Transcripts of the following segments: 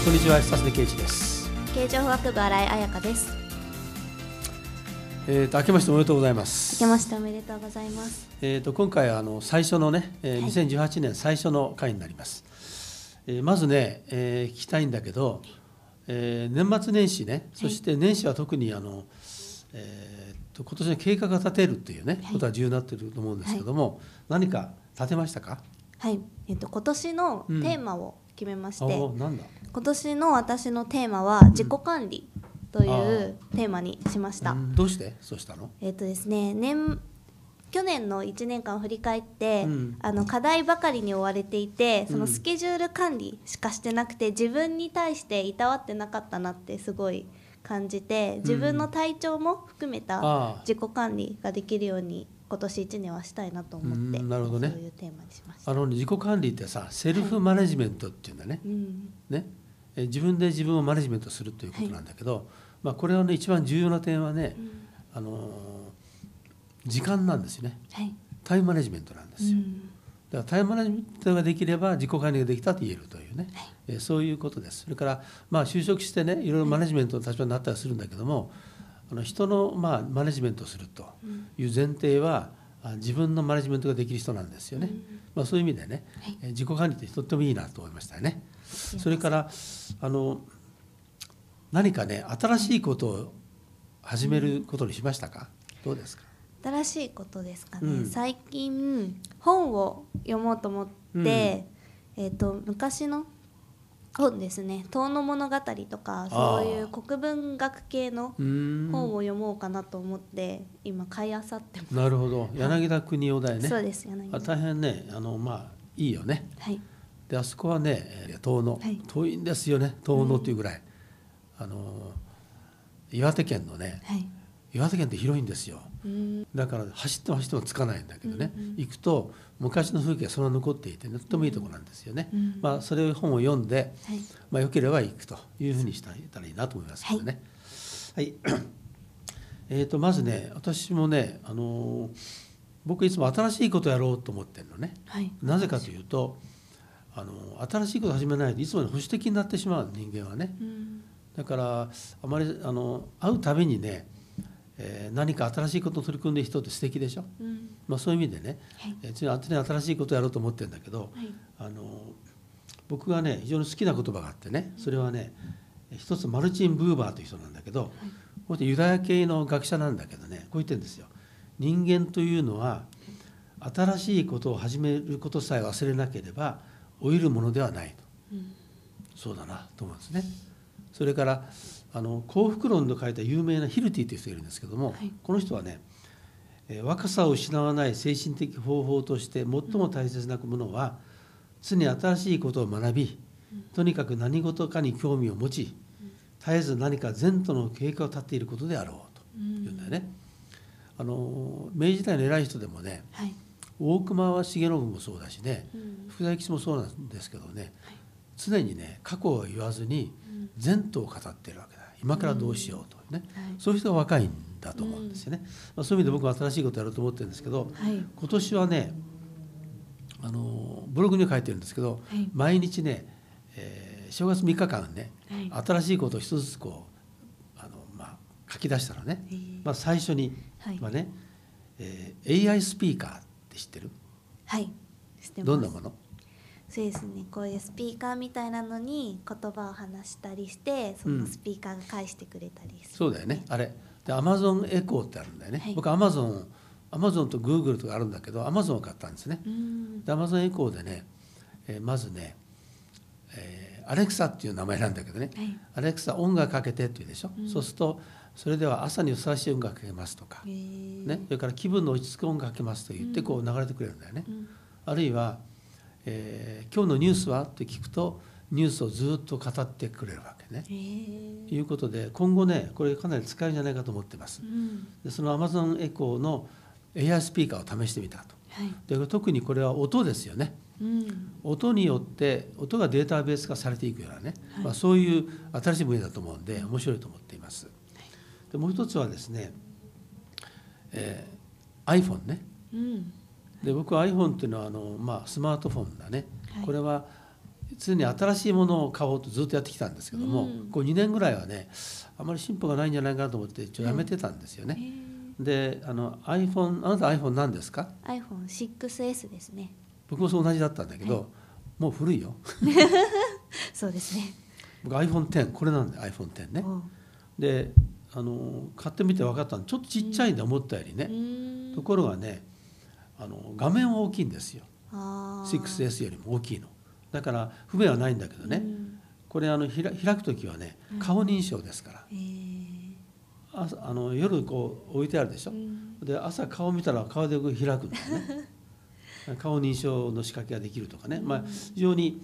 こんにちは、久根圭一です。 経常学部新井彩香です。 明けましておめでとうございます。 明けましておめでとうございます。 今回最初のね、2018年最初の回になります。まずね、聞きたいんだけど、年末年始ね、そして年始は特に今年の計画が立てるというね、ことが重要になっていると思うんですけども、何か立てましたか？ はい、今年のテーマを決めまして、 なんだ？ 今年の私のテーマは自己管理というテーマにしました。 どうしてそうしたの？ ですね、去年の1年間を振り返って、課題ばかりに追われていて、そのスケジュール管理しかしてなくて、自分に対していたわってなかったなってすごい感じて、自分の体調も含めた自己管理ができるように今年1年はしたいなと思って、 なるほどね、 そういうテーマにしました。 自己管理ってさ、セルフマネジメントっていうんだね。自分で自分をマネジメントするということなんだけど、これはね、一番重要な点はね、時間なんですよね。タイムマネジメントなんですよ。だからタイムマネジメントができれば自己管理ができたと言えるというね、そういうことです。それから就職してね、いろいろマネジメントの立場になったりするんだけども、人のマネジメントをするという前提は、自分のマネジメントができる人なんですよね。そういう意味でね、自己管理ってとってもいいなと思いましたよね。それから何かね、新しいことを始めることにしましたか？どうですか？ 新しいことですかね。最近本を読もうと思って、昔の本ですね、遠野物語とかそういう国文学系の本を読もうかなと思って今買い漁ってます。 なるほど。柳田国男だよね。 そうです。柳田。 大変ね、いいよね。で、あそこはね、遠野、遠いんですよね。遠野というぐらい、岩手県のね、岩手県って広いんですよ。だから走ってもつかないんだけどね、行くと昔の風景がそのまま残っていて、とってもいいところなんですよね。それを本を読んで、よければ行くというふうにしたらいいなと思いますけどね。まずね、私もね、僕いつも新しいことをやろうと思ってるのね。なぜかというと、新しいことを始めないといつも保守的になってしまう人間はね。だからあまり会うたびにね、何か新しいことを取り組んでいる人って素敵でしょ。そういう意味でね、新しいことをやろうと思ってるんだけど、僕がね非常に好きな言葉があってね、それはね、一つマルチン・ブーバーという人なんだけど、この人ユダヤ系の学者なんだけどね、こう言ってるんですよ。人間というのは新しいことを始めることさえ忘れなければ老いるものではないと。そうだなと思うんですね。それから幸福論と書いた有名なヒルティという人がいるんですけども、この人はね、若さを失わない精神的方法として最も大切なものは、常に新しいことを学び、とにかく何事かに興味を持ち、絶えず何か前途の計画を立っていることであろうというんだよね。明治時代の偉い人でもね、大隈重信もそうだしね、福田幸吉もそうなんですけどね、常にね、過去を言わずに前途を語っているわけだ。今からどうしようとね、そういう人が若いんだと思うんですよね。そういう意味で僕は新しいことをやろうと思ってるんですけど、今年はね、ブログに書いてるんですけど、毎日ね、正月3日間ね、新しいことを一つずつこう書き出したらね、最初に、AI スピーカーって知ってる？ はい、知ってます。 どんなもの？ そうですね、こういうスピーカーみたいなのに言葉を話したりして、そのスピーカーが返してくれたりする、 そうだよね。あれで Amazon エコーってあるんだよね。僕 Amazon と Google とかあるんだけど Amazon を買ったんですね。で Amazon エコーでね、まずね、アレクサっていう名前なんだけどね、アレクサ音楽かけてって言うでしょ。そうするとそれでは朝にふさわしい音楽かけますとか、ね、それから気分の落ち着く音楽かけますと言ってこう流れてくれるんだよね。あるいは今日のニュースはって聞くとニュースをずっと語ってくれるわけね。いうことで今後ね、これかなり使えるんじゃないかと思ってます。でその Amazon エコーの AI スピーカーを試してみたと。で特にこれは音ですよね。音によって音がデータベース化されていくようなね、そういう新しい分野だと思うんで面白いと思っています。でもう一つはですね、iPhone ね。で僕は iPhone っていうのはスマートフォンだね。これは常に新しいものを買おうとずっとやってきたんですけども、こう2年ぐらいはねあまり進歩がないんじゃないかなと思ってちょっとやめてたんですよね。でiPhone、あなた iPhone 何ですか？ iPhone6S ですね。 僕もそう同じだったんだけど、もう古いよそうですね。 僕 iPhone10 これなんで iPhone10 ね。で買ってみて分かったのちょっとちっちゃいんで思ったよりね、ところがね画面は大きいんですよ。6S よりも大きいのだから不便はないんだけどね、これ開く時はね顔認証ですから、夜こう置いてあるでしょ、で朝顔見たら顔で開くんだよね顔認証の仕掛けができるとかね、非常に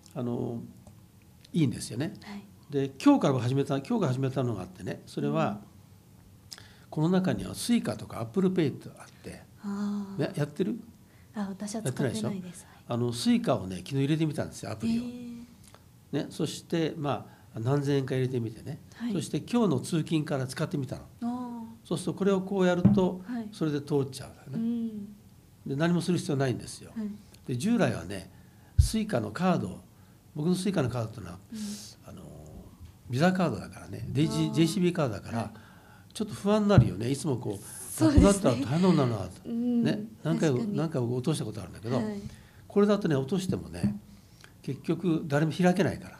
いいんですよね。で今日から始めたのがあってね、それはこの中には Suica とか ApplePay とあって、やってる？ 私は使ってないです。 Suica をね昨日入れてみたんですよ、アプリを、ね、そして何千円か入れてみてね、そして今日の通勤から使ってみたの。そうするとこれをこうやるとそれで通っちゃうんだよね。で何もする必要ないんですよ。で従来はねSuicaのカード、僕のSuicaのカードというのは、ビザカードだからね、JCB カードだからちょっと不安になるよね。いつもこうなくなったら大変なのなと、ね、何回落としたことあるんだけど、これだとね落としてもね結局誰も開けないから、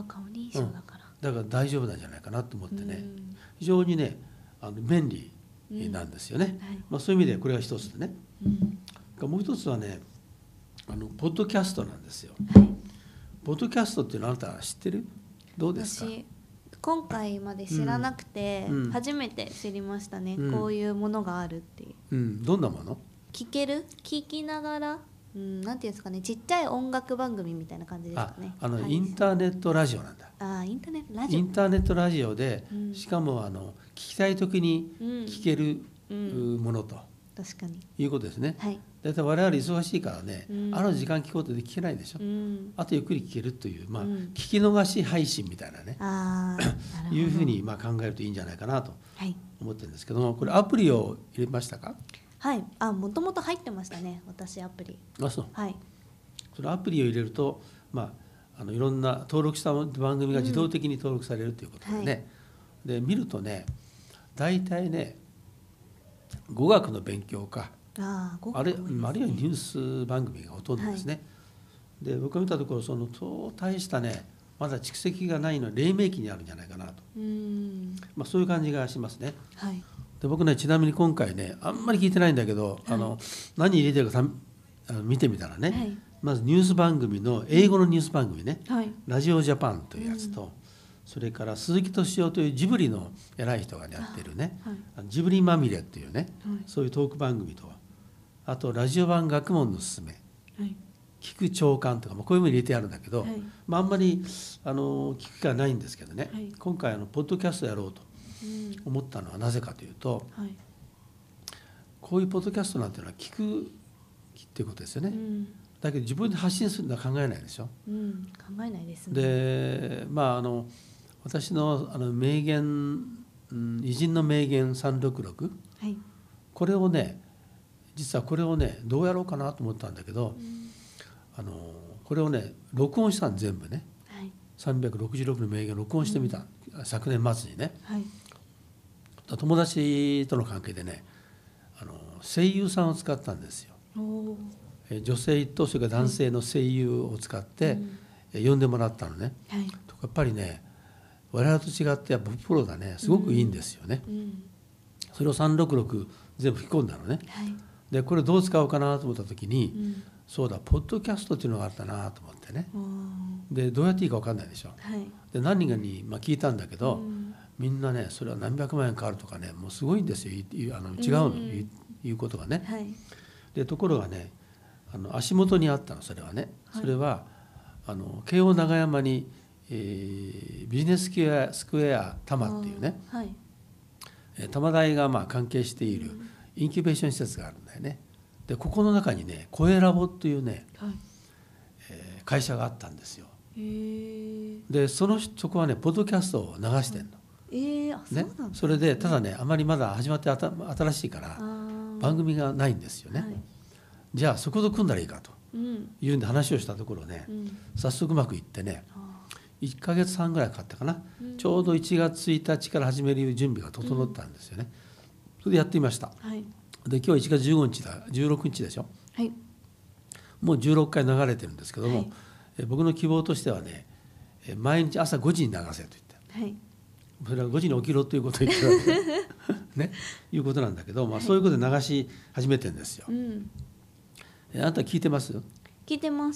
顔認証だから、 だから大丈夫なんじゃないかなと思ってね、非常にね便利なんですよね。そういう意味でこれが一つでね、もう一つはねポッドキャストなんですよ。ポッドキャストっていうのはあなた知ってる？どうですか？ 私今回まで知らなくて、初めて知りましたね、こういうものがあるっていう。 どんなもの？ 聞きながら、なんていうんですかね、ちっちゃい音楽番組みたいな感じですかね。 インターネットラジオなんだ。 インターネットラジオで、しかも聞きたい時に聞けるものと、 確かにいうことですね。だいたい我々忙しいからね、ある時間聞こうとで聞けないでしょ。あとゆっくり聞けるという、聞き逃し配信みたいなね、いうふうに考えるといいんじゃないかなと思ってるんですけども、これアプリを入れましたか？ もともと入ってましたね、私アプリ。 そう。そのアプリを入れると、いろんな登録した番組が自動的に登録されるということでね、で見るとね、大体ね語学の勉強か、あるいはニュース番組がほとんどですね。で僕が見たところ大したねまだ蓄積がないのは黎明期にあるんじゃないかなと、そういう感じがしますね。で僕ねちなみに今回ねあんまり聞いてないんだけど、何入れてるか見てみたらね、まずニュース番組の英語のニュース番組ね、ラジオジャパンというやつと、それから鈴木敏夫というジブリの偉い人がやってるね、ジブリまみれっていうね、そういうトーク番組と、あとラジオ版学問のすすめ、聞く長官とか、こういうの入れてあるんだけど、あんまり聞く機会ないんですけどね、今回ポッドキャストやろうと思ったのはなぜかというと、こういうポッドキャストなんていうのは聞くっていうことですよね。だけど自分で発信するのは考えないでしょ。 考えないですね。 で私の名言、偉人の名言366、これをね実はこれをねどうやろうかなと思ったんだけど、これをね録音したん全部ね、366の名言を録音してみた、昨年末にね、友達との関係でね声優さんを使ったんですよ。女性とそれから男性の声優を使って呼んでもらったのね。やっぱりね我々と違ってやっぱプロだね、すごくいいんですよね。それを366全部吹き込んだのね。でこれどう使おうかなと思った時に、そうだポッドキャストっていうのがあったなと思ってね。でどうやっていいか分かんないでしょ。で何人かに聞いたんだけど、みんなねそれは何百万円かかるとかね、もうすごいんですよ、違うの言うことがね。でところがね足元にあったの、それはね、それは京王長山に、ビジネススクエア多摩っていうね、多摩大が関係しているインキュベーション施設があるんだよね。でここの中にね声ラボっていうね、会社があったんですよ。でそこはねポッドキャストを流してんの。それでただねあまりまだ始まって新しいから番組がないんですよね。じゃあそこと組んだらいいかと。 いうんで話をしたところね、早速うまくいってね、1ヶ月半ぐらいかかったかな、ちょうど1月1日から始める準備が整ったんですよね。それでやってみました。で今日1月15日だ16日でしょ、もう16回流れてるんですけども、僕の希望としてはね、毎日朝5時に流せと言って、それは5時に起きろということを言ってるわけね、いうことなんだけど、そういうことで流し始めてるんですよ。あなた聞いてます？ 聞いてます。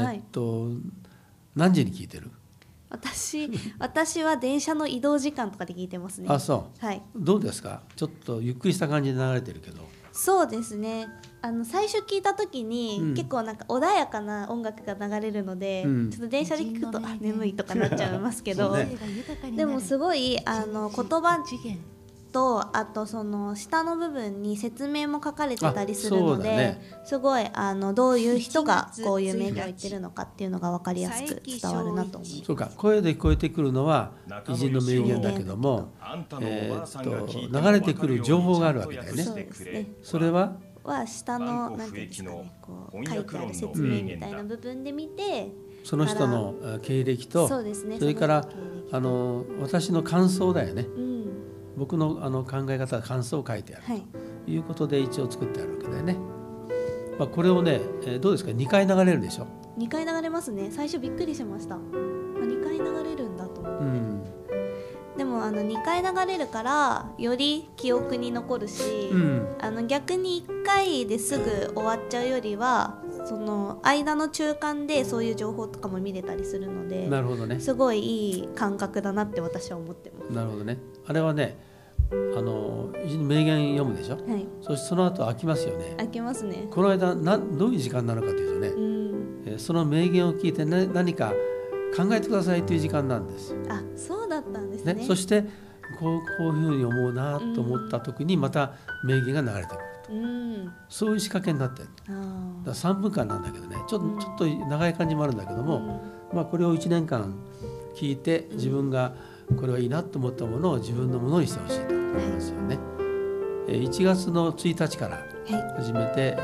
何時に聞いてる？ 私は電車の移動時間とかで聞いてますね。 あ、そう。どうですか？ちょっとゆっくりした感じで流れてるけど。 そうですね。最初聞いた時に、結構なんか穏やかな音楽が流れるので、ちょっと電車で聞くと眠いとかなっちゃいますけど、でもすごい言葉と、あとその下の部分に説明も書かれてたりするので、すごいどういう人がこういう名言を言ってるのかっていうのが分かりやすく伝わるなと思います。 そうか、声で聞こえてくるのは偉人の名言だけども、流れてくる情報があるわけだよね。 そうですね。 それは下のなんていうんですかね、こう書いてある説明みたいな部分で見て、 その人の経歴と、それから私の感想だよね。僕の考え方、感想を書いてあるということで一応作ってあるわけだよね。これをね、どうですか、2回流れるでしょ。 2回流れますね。最初びっくりしました。2回流れるんだと思って、でも2回流れるからより記憶に残るし、逆に1回ですぐ終わっちゃうよりは、その間の中間でそういう情報とかも見れたりするので、 なるほどね、 すごいいい感覚だなって私は思ってます。 なるほどね。あれはね、名言読むでしょ、そしてその後飽きますよね。 飽きますね。 この間どういう時間なのかというとね、その名言を聞いて、何か考えてくださいという時間なんです。 あ、そうだったんですね。 そしてこういうふうに思うなと思った時にまた名言が流れてくると、そういう仕掛けになってる。だから3分間なんだけどね、ちょっと長い感じもあるんだけども、これを1年間聞いて、自分がこれはいいなと思ったものを自分のものにしてほしいと思いますよね。1月の1日から始めて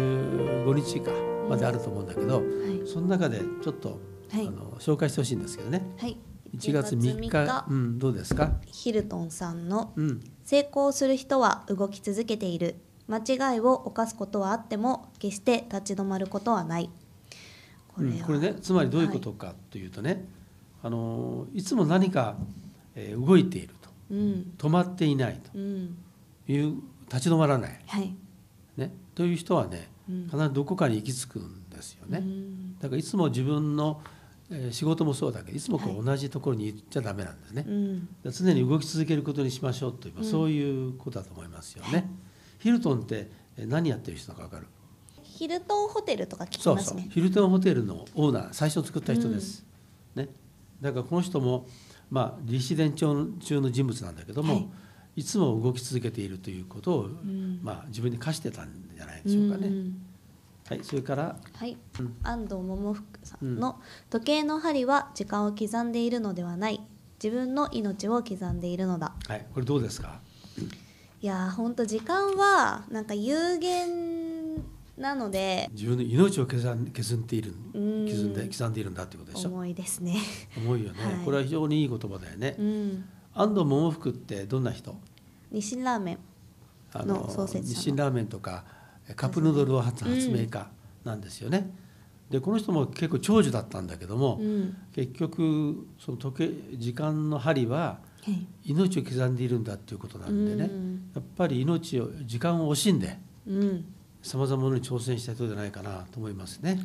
15日かまであると思うんだけど、その中でちょっと紹介してほしいんですけどね。1月3日、どうですか？ ヒルトンさんの、成功する人は動き続けている。間違いを犯すことはあっても決して立ち止まることはない。 これね、つまりどういうことかというとね、いつも何か動いていると、止まっていないという、立ち止まらない、という人はね、必ずどこかに行き着くんですよね。だからいつも自分の仕事もそうだけど、いつも同じところに行っちゃダメなんですね。常に動き続けることにしましょうという、そういうことだと思いますよね。ヒルトンって何やってる人か分かる？ ヒルトンホテルとか聞きますね。 そう、ヒルトンホテルのオーナー、最初作った人です、ね。だからこの人もリシデン中の人物なんだけども、いつも動き続けているということを、自分に課してたんじゃないでしょうかね。それから、 安藤桃福さんの、時計の針は時間を刻んでいるのではない、自分の命を刻んでいるのだ。 これどうですか？ いや、本当時間はなんか有限なので、 自分の命を刻んでいるんだってことでしょ。 重いですね。 重いよね、これは非常にいい言葉だよね。安藤桃福ってどんな人？ 日清ラーメンの創設者の。 日清ラーメンとかカップヌードルを発明家なんですよね。でこの人も結構長寿だったんだけども、結局その時間の針は命を刻んでいるんだっていうことなんでね、やっぱり時間を惜しんでさまざまなものに挑戦した人じゃないかなと思いますね。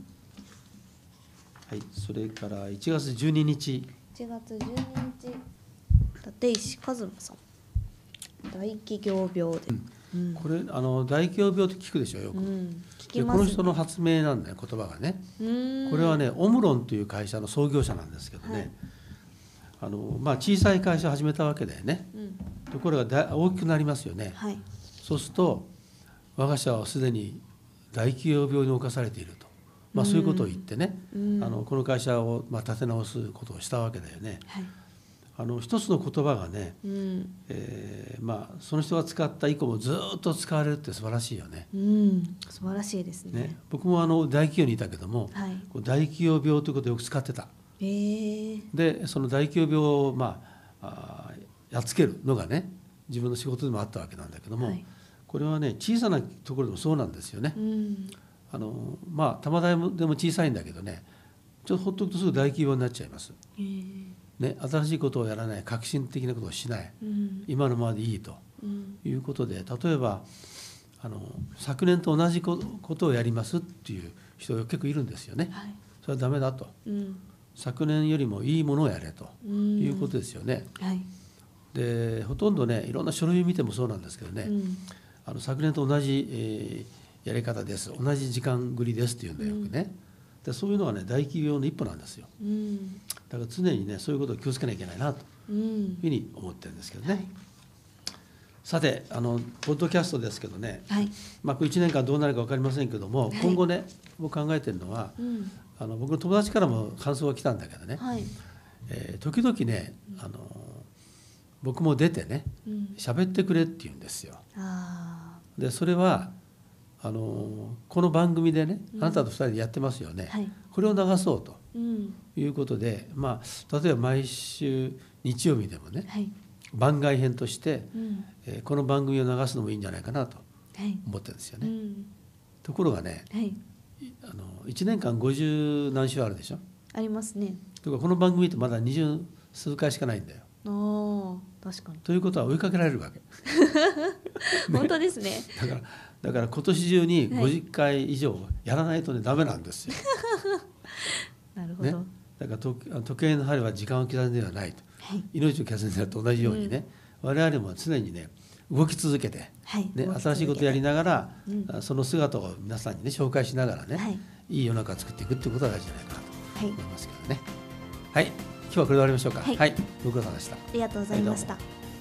それから1月12日。 1月12日、立石一馬さん、大企業病で。 これ大企業病って聞くでしょ、よく。聞きますね。この人の発明なんだよ、言葉がね。これはね、オムロンという会社の創業者なんですけどね、小さい会社を始めたわけだよね。ところが大きくなりますよね。そうすると我が社はすでに大企業病に侵されていると、そういうことを言ってね、この会社を立て直すことをしたわけだよね。 一つの言葉がね、その人が使った以降もずっと使われるって素晴らしいよね。 素晴らしいですね。 僕も大企業にいたけども、大企業病ということをよく使ってた。でその大企業病をやっつけるのがね自分の仕事でもあったわけなんだけども、これはね小さなところでもそうなんですよね。玉大でも小さいんだけどね、ちょっとほっとくとすぐ大企業になっちゃいます。新しいことをやらない、革新的なことをしない、今のままでいいということで、例えば昨年と同じことをやりますっていう人が結構いるんですよね。それはダメだと、昨年よりもいいものをやれということですよね。でほとんどねいろんな書類を見てもそうなんですけどね、昨年と同じ、やり方です、同じ時間繰りですっていうんだよくね。でそういうのがね大企業の一歩なんですよ。だから常にねそういうことを気をつけなきゃいけないなというふうに思ってるんですけどね。さてポッドキャストですけどね、1年間どうなるか分かりませんけども、今後ね僕考えてるのは、僕の友達からも感想が来たんだけどね、時々ね僕も出てね喋ってくれって言うんですよ。でそれはこの番組でねあなたと2人でやってますよね、これを流そうということで、例えば毎週日曜日でもね、番外編として、この番組を流すのもいいんじゃないかなと思ってるんですよね。ところがね、1年間50何週あるでしょ。 ありますね。 というかこの番組ってまだ20数回しかないんだよ。 確かに。 ということは追いかけられるわけ。 本当ですね。 だから今年中に50回以上やらないとねダメなんですよ。 なるほど。 だから時計の針は時間を刻んではないと、命を刻んでると同じようにね、我々も常にね動き続けて、新しいことをやりながら、その姿を皆さんにね紹介しながらね、いい世の中を作っていくっていうことが大事じゃないかなと思いますけどね。今日はこれで終わりましょうか。ご苦労様でした。 ありがとうございました。